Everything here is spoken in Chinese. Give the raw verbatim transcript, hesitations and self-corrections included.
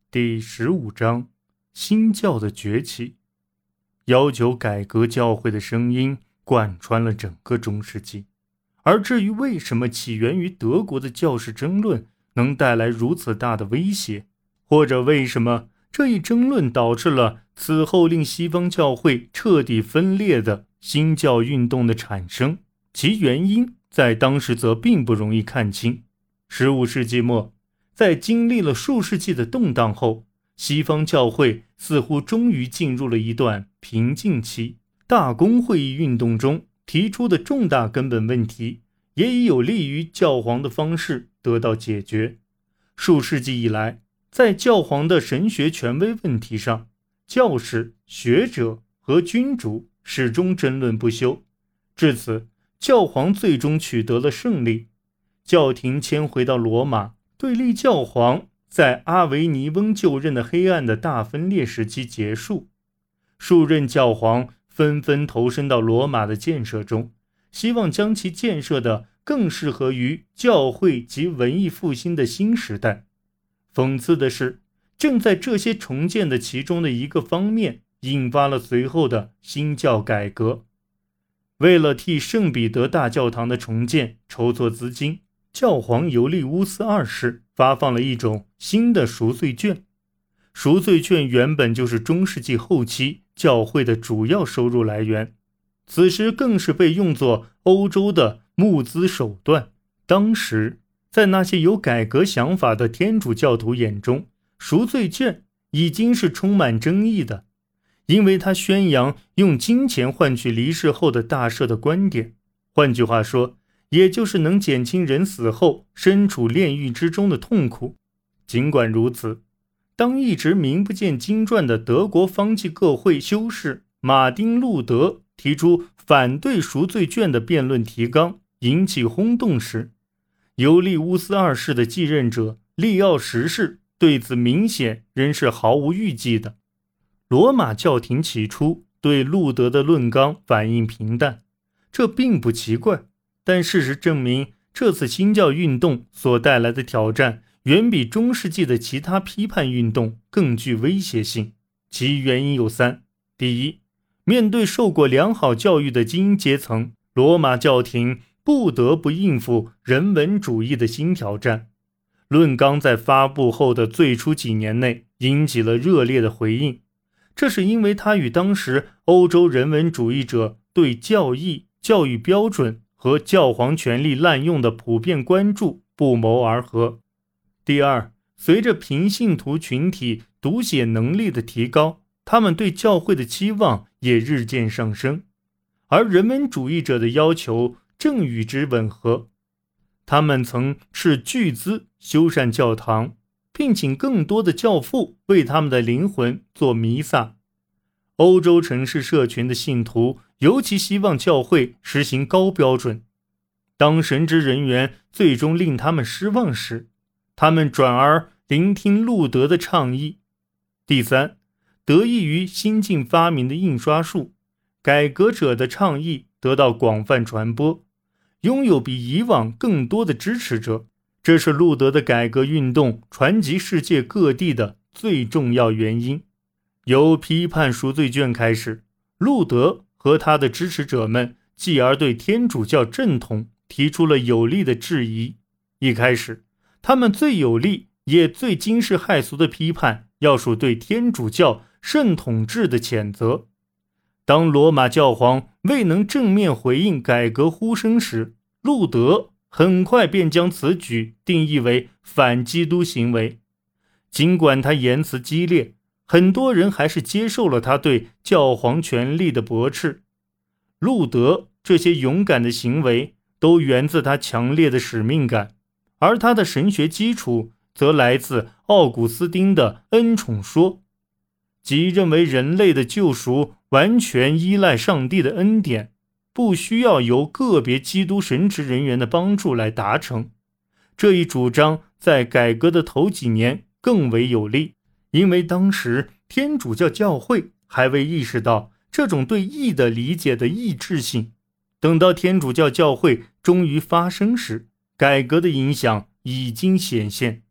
第十五章，新教的崛起。要求改革教会的声音贯穿了整个中世纪。而至于为什么起源于德国的教士争论能带来如此大的威胁，或者为什么这一争论导致了此后令西方教会彻底分裂的新教运动的产生，其原因在当时则并不容易看清。十五世纪末，在经历了数世纪的动荡后，西方教会似乎终于进入了一段平静期。大公会议运动中提出的重大根本问题，也以有利于教皇的方式得到解决。数世纪以来，在教皇的神学权威问题上，教士、学者和君主始终争论不休。至此，教皇最终取得了胜利。教廷迁回到罗马，对立教皇在阿维尼翁就任的黑暗的大分裂时期结束。数任教皇纷纷投身到罗马的建设中，希望将其建设的更适合于教会及文艺复兴的新时代。讽刺的是，正在这些重建的其中的一个方面，引发了随后的新教改革。为了替圣彼得大教堂的重建筹措资金，教皇尤利乌斯二世发放了一种新的赎罪券。赎罪券原本就是中世纪后期教会的主要收入来源，此时更是被用作欧洲的募资手段。当时在那些有改革想法的天主教徒眼中，赎罪券已经是充满争议的，因为他宣扬用金钱换取离世后的大赦的观点。换句话说，也就是能减轻人死后身处炼狱之中的痛苦。尽管如此，当一直名不见经传的德国方济各会修士马丁·路德提出反对赎罪券的辩论提纲引起轰动时，尤利乌斯二世的继任者利奥十世对此明显仍是毫无预计的。罗马教廷起初对路德的论纲反应平淡，这并不奇怪。但事实证明，这次新教运动所带来的挑战远比中世纪的其他批判运动更具威胁性。其原因有三：第一，面对受过良好教育的精英阶层，罗马教廷不得不应付人文主义的新挑战。论纲在发布后的最初几年内引起了热烈的回应，这是因为它与当时欧洲人文主义者对教义、教育标准和教皇权力滥用的普遍关注不谋而合。第二，随着平信徒群体读写能力的提高，他们对教会的期望也日渐上升，而人文主义者的要求正与之吻合。他们曾斥巨资修缮教堂，聘请更多的教父为他们的灵魂做弥撒。欧洲城市社群的信徒尤其希望教会实行高标准。当神职人员最终令他们失望时，他们转而聆听路德的倡议。第三，得益于新近发明的印刷术，改革者的倡议得到广泛传播，拥有比以往更多的支持者。这是路德的改革运动传及世界各地的最重要原因。由批判赎罪券开始，路德和他的支持者们继而对天主教正统提出了有力的质疑。一开始，他们最有力也最惊世骇俗的批判要数对天主教圣统制的谴责。当罗马教皇未能正面回应改革呼声时，路德很快便将此举定义为反基督行为。尽管他言辞激烈，很多人还是接受了他对教皇权力的驳斥。路德这些勇敢的行为都源自他强烈的使命感，而他的神学基础则来自奥古斯丁的恩宠说，即认为人类的救赎完全依赖上帝的恩典，不需要由个别基督神职人员的帮助来达成。这一主张在改革的头几年更为有力，因为当时天主教教会还未意识到这种对义的理解的意志性。等到天主教教会终于发生时，改革的影响已经显现。